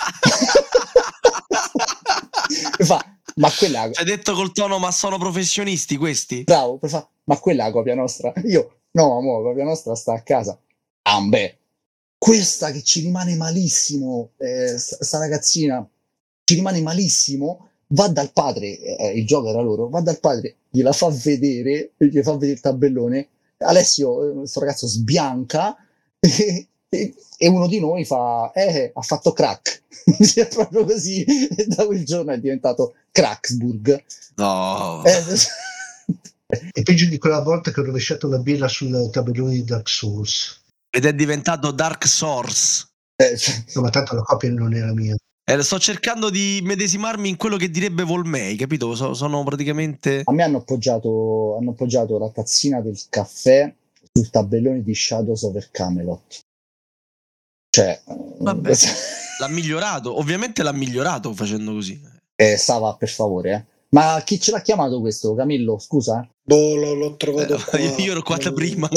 fa: ma quella è la... hai detto col tono, ma sono professionisti questi? Bravo, poi fa: ma quella è la copia nostra. Io, no, amore, la copia nostra sta a casa. Ah, beh, questa che ci rimane malissimo, eh, sta, sta ragazzina ci rimane malissimo, va dal padre, eh, il gioco era loro, va dal padre, gliela fa vedere, gli fa vedere il tabellone. Alessio, questo ragazzo, sbianca e, e, e uno di noi fa: eh, ha fatto crack. È proprio così, e da quel giorno è diventato Cracksburg. No. Eh, È peggio di quella volta che ho rovesciato la birra sul tabellone di Dark Souls. Ed è diventato Dark Source. eh, cioè, No, ma tanto la copia non era mia. Eh, sto cercando di medesimarmi in quello che direbbe Volmei, capito? So- sono praticamente... a me hanno appoggiato, hanno appoggiato la tazzina del caffè sul tabellone di Shadows over Camelot. Cioè, Vabbè, l'ha migliorato, ovviamente l'ha migliorato facendo così. eh, Sava, per favore, eh. Ma chi ce l'ha chiamato questo, Camillo? Scusa? Boh, l'ho, l'ho trovato Eh, qua. io ero qua da prima.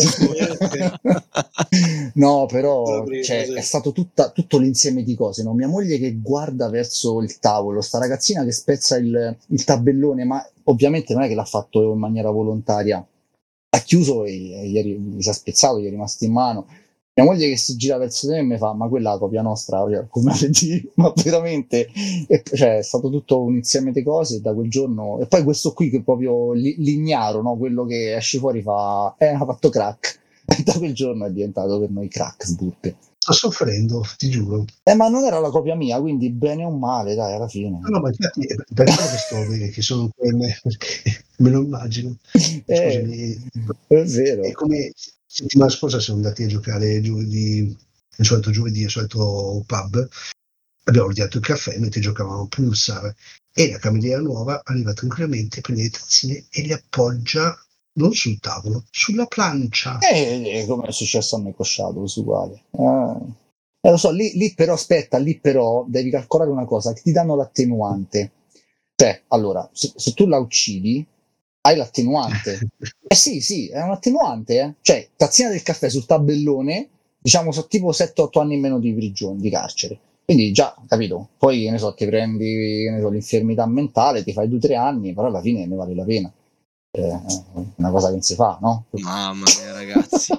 No, però prima, cioè, sì. è stato tutta, tutto l'insieme di cose, no? Mia moglie che guarda verso il tavolo, sta ragazzina che spezza il, il tabellone, ma ovviamente non è che l'ha fatto in maniera volontaria, ha chiuso e gli, gli si è spezzato, gli è rimasto in mano. Mia moglie che si gira verso te e mi fa: ma quella è la copia nostra, cioè, come vedi? Ma veramente, e, cioè, è stato tutto un insieme di cose, e da quel giorno, e poi questo qui che proprio li, l'ignaro, no? Quello che esce fuori fa: eh, ha fatto crack. E da quel giorno è diventato per noi Cracksburg. Sto soffrendo, ti giuro. Eh, ma non era la copia mia, quindi bene o male, dai, alla fine. No, no, ma infatti è per quello che sto che sono quelle, perché me lo immagino. Eh, Scusami, è vero. è come settimana scorsa siamo andati a giocare giovedì, il solito giovedì, il solito pub, abbiamo ordinato il caffè mentre giocavamo a pulsare e la cameriera nuova arriva tranquillamente, prende le tazzine e le appoggia non sul tavolo, sulla plancia. Eh, come è successo a me con Shadows, uguale. Eh. Eh, lo so, lì, lì però, aspetta, lì però devi calcolare una cosa, che ti danno l'attenuante. Cioè, allora, se, se tu la uccidi, hai l'attenuante. Eh sì, sì, è un attenuante, eh. Cioè, tazzina del caffè sul tabellone, diciamo, sono tipo sette otto anni in meno di prigione, di carcere. Quindi già, capito? Poi, che ne so, ti prendi, che ne so, l'infermità mentale, ti fai due o tre anni, però alla fine ne vale la pena. È una cosa che non si fa, no? Mamma mia, ragazzi.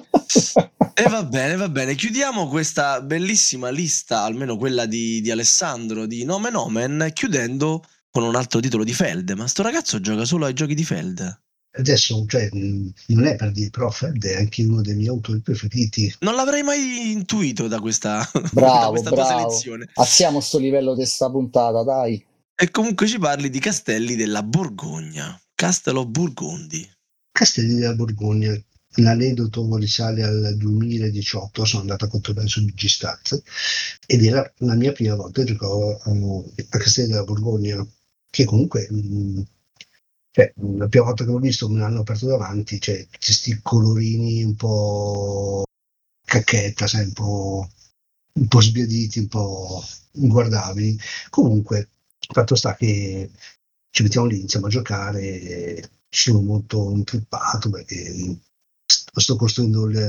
E va bene, va bene. Chiudiamo questa bellissima lista, almeno quella di, di Alessandro, di Nomen Omen, chiudendo con un altro titolo di Feld. Ma sto ragazzo gioca solo ai giochi di Feld. Adesso, cioè, non è per dire, però Feld è anche uno dei miei autori preferiti. Non l'avrei mai intuito da questa, bravo, da questa tua bravo. selezione. Alziamo sto livello di sta puntata, dai. E comunque ci parli di Castelli della Borgogna. Castello Burgundi. Castelli della Borgogna, l'aneddoto risale al duemiladiciotto, sono andato a controllare su Digistat ed era la mia prima volta che giocavo a Castelli della Borgogna, che comunque mh, cioè, la prima volta che l'ho visto me l'hanno aperto davanti, cioè questi colorini un po' cacchetta, sai, un po', un po' sbiaditi, un po' inguardabili. Comunque, il fatto sta che ci mettiamo lì, iniziamo a giocare, sono molto intrippato perché sto costruendo il,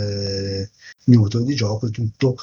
il motore di gioco e tutto,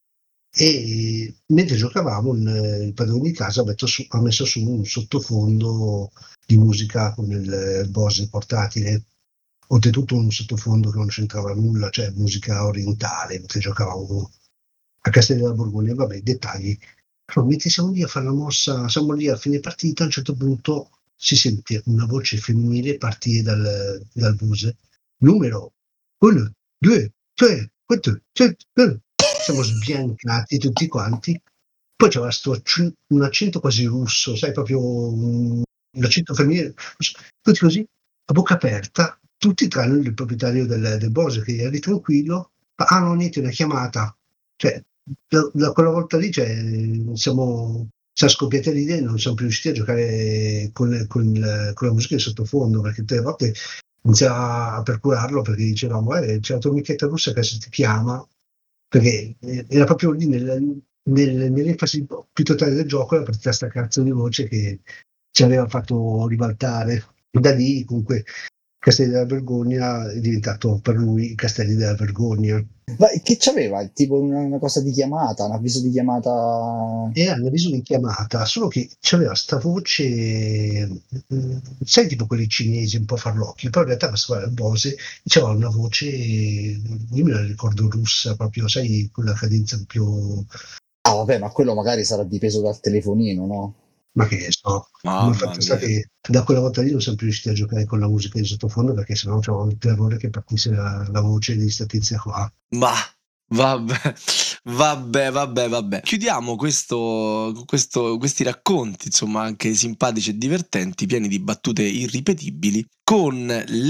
e mentre giocavamo il, il padrone di casa ha messo, su, ha messo su un sottofondo di musica con il Bose portatile, oltretutto un sottofondo che non c'entrava nulla, cioè musica orientale, mentre giocavamo a Castelli della Borgogna. Vabbè, dettagli. Però mentre siamo lì a fare la mossa, siamo lì a fine partita, a un certo punto si sente una voce femminile partire dal, dal Bose. Numero uno, due, tre, quattro, cinque. Siamo sbiancati tutti quanti. Poi c'era sto, un accento quasi russo, sai, proprio un, un accento femminile, tutti così, a bocca aperta, tutti tranne il proprietario del, del Bose, che era lì tranquillo. Ah no, niente, una chiamata. Cioè, da, da quella volta lì, cioè, siamo, siamo scoppiati a ridere e non siamo più riusciti a giocare con, con, il, con la musica di sottofondo, perché tutte le volte iniziava a percurarlo perché dicevamo eh, c'è la tua amichetta russa che adesso ti chiama, perché eh, era proprio lì nel, nel, nell'enfasi più totale del gioco la partita sta cazzo di voce che ci aveva fatto ribaltare. E da lì comunque Castelli della Vergogna è diventato per lui Castelli della Vergogna. Ma che c'aveva? Tipo una, una cosa di chiamata, un avviso di chiamata? E hanno avviso di chiamata, solo che c'aveva sta voce, eh, sai, tipo quelli cinesi un po' farlocchi, però in realtà questa qua, Bose, c'aveva una voce, io me la ricordo russa, proprio, sai, quella cadenza più... Ah, vabbè, ma quello magari sarà dipeso dal telefonino, no? Ma che ne so, ma Mamma il fatto sta mia. che da quella volta lì non siamo più riusciti a giocare con la musica di sottofondo perché sennò c'avevamo il terrore che partisse la, la voce di sta tizia qua. Ma vabbè, vabbè, vabbè, vabbè. Chiudiamo questo, questo, questi racconti, insomma, anche simpatici e divertenti, pieni di battute irripetibili, con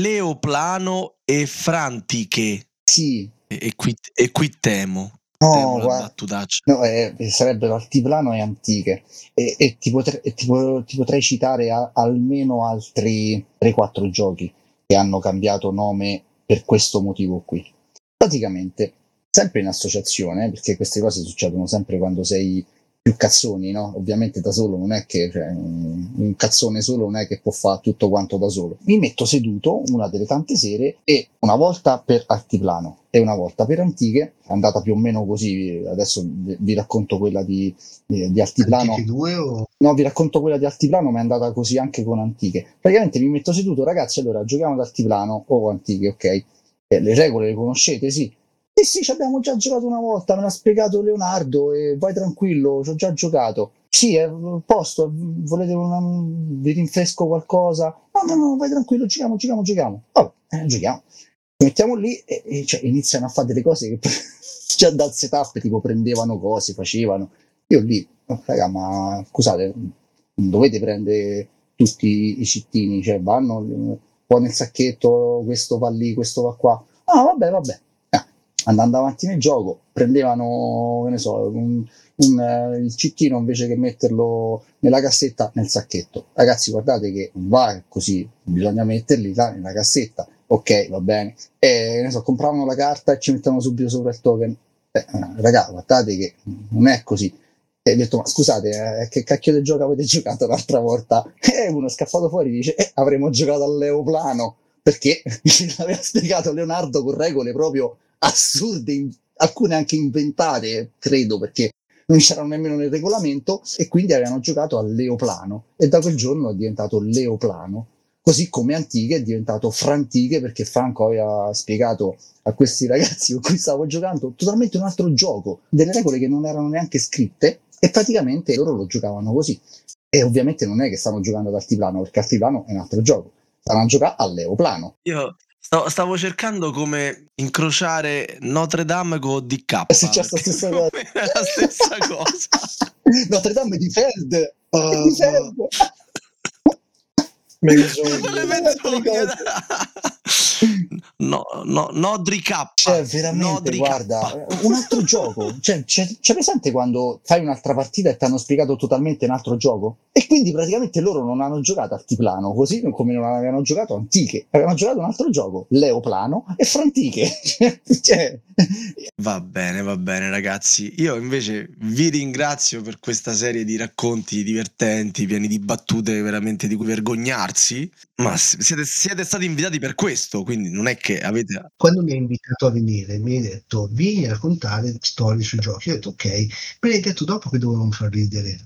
Leoplano e Frantiche. Sì. E, e, qui, e qui temo. No, temo la guarda, battutaccia. no, eh, sarebbero Altiplano e Antiche. E, e ti, potre, e ti, po- ti potrei citare a- almeno altri tre quattro giochi che hanno cambiato nome per questo motivo qui. Praticamente, sempre in associazione, perché queste cose succedono sempre quando sei più cazzoni, no? Ovviamente da solo non è che, cioè, un cazzone solo non è che può fare tutto quanto da solo. Mi metto seduto una delle tante sere e una volta per Altiplano e una volta per Antiche, è andata più o meno così, adesso vi, vi racconto quella di, di, di Altiplano. Antiche due o... No, vi racconto quella di Altiplano, ma è andata così anche con Antiche. Praticamente mi metto seduto, ragazzi, allora giochiamo ad Altiplano o Antiche, ok? Eh, le regole le conoscete, sì. Sì, sì, ci abbiamo già giocato una volta, me l'ha spiegato Leonardo e vai tranquillo, ci ho già giocato. Sì, è a posto, volete una... vi rinfresco qualcosa? No, no, no, vai tranquillo, giochiamo, giochiamo, giochiamo. Vabbè, eh, giochiamo. Ci mettiamo lì e, e cioè, iniziano a fare delle cose che già dal setup tipo prendevano cose, facevano. Io lì, oh, raga, ma scusate, non dovete prendere tutti i cittini, cioè vanno un po' nel sacchetto, questo va lì, questo va qua. Ah, vabbè, vabbè. Andando avanti nel gioco, prendevano, che ne so, un, un, uh, il cittino invece che metterlo nella cassetta nel sacchetto. Ragazzi, guardate che va così, bisogna metterli là nella cassetta. Ok, va bene. E che ne so, compravano la carta e ci mettono subito sopra il token. Eh, ragazzi, guardate che non è così. E ho detto, ma scusate, eh, che cacchio di gioco avete giocato l'altra volta? E uno è scappato fuori e dice, eh, avremmo giocato al Leoplano, perché l'aveva spiegato Leonardo con regole proprio assurde, in, alcune anche inventate, credo, perché non c'erano nemmeno nel regolamento, e quindi avevano giocato al Leoplano e da quel giorno è diventato Leoplano, così come Antiche è diventato Frantiche, perché Franco aveva spiegato a questi ragazzi con cui stavo giocando totalmente un altro gioco, delle regole che non erano neanche scritte, e praticamente loro lo giocavano così. E ovviamente non è che stanno giocando ad Altiplano, perché Altiplano è un altro gioco, stanno a giocare al Leoplano. Io stavo cercando come incrociare Notre Dame con D K. È successa la stessa cosa. È la stessa cosa. Notre Dame di Feld. Uh, di Feld. Menzogna. No, no, Nodri K. Cioè, veramente, Nodri guarda, K. un altro gioco. Cioè, c'è, c'è presente quando fai un'altra partita e ti hanno spiegato totalmente un altro gioco? E quindi praticamente loro non hanno giocato Altiplano, così come non avevano giocato Antiche. Avevano giocato un altro gioco, Leoplano e Frantiche. Cioè... Va bene, va bene, ragazzi. Io invece vi ringrazio per questa serie di racconti divertenti, pieni di battute veramente di cui vergognarsi. Ma siete, siete stati invitati per questo, quindi non è che avete... Quando mi hai invitato a venire, mi hai detto, vieni a raccontare storie sui giochi. Io ho detto, ok. Mi hai detto dopo che dovevamo far ridere.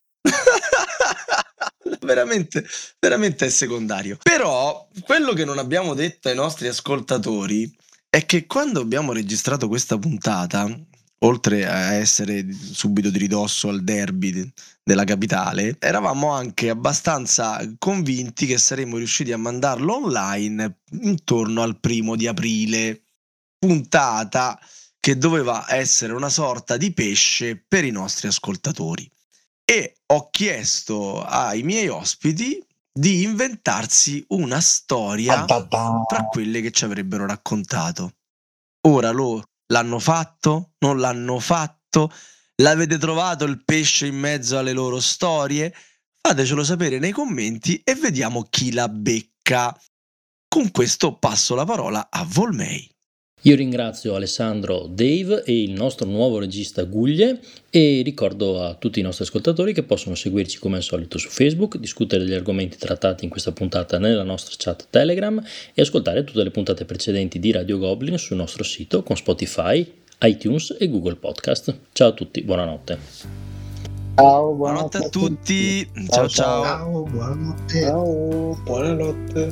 veramente, veramente è secondario. Però, quello che non abbiamo detto ai nostri ascoltatori è che quando abbiamo registrato questa puntata, oltre a essere subito di ridosso al derby della capitale, eravamo anche abbastanza convinti che saremmo riusciti a mandarlo online intorno al primo di aprile, puntata che doveva essere una sorta di pesce per i nostri ascoltatori. E ho chiesto ai miei ospiti di inventarsi una storia tra quelle che ci avrebbero raccontato. Ora lo l'hanno fatto? Non l'hanno fatto? L'avete trovato il pesce in mezzo alle loro storie? Fatecelo sapere nei commenti e vediamo chi la becca. con questo passo la parola a Volmei. Io ringrazio Alessandro, Dave e il nostro nuovo regista Guglie e ricordo a tutti i nostri ascoltatori che possono seguirci come al solito su Facebook, discutere degli argomenti trattati in questa puntata nella nostra chat Telegram e ascoltare tutte le puntate precedenti di Radio Goblin sul nostro sito con Spotify, iTunes e Google Podcast. Ciao a tutti, buonanotte. Ciao, Buonanotte a tutti. Ciao ciao. Ciao, buonanotte. Ciao, buonanotte.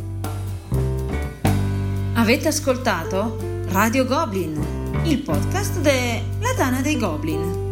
Avete ascoltato Radio Goblin, il podcast della Tana dei Goblin.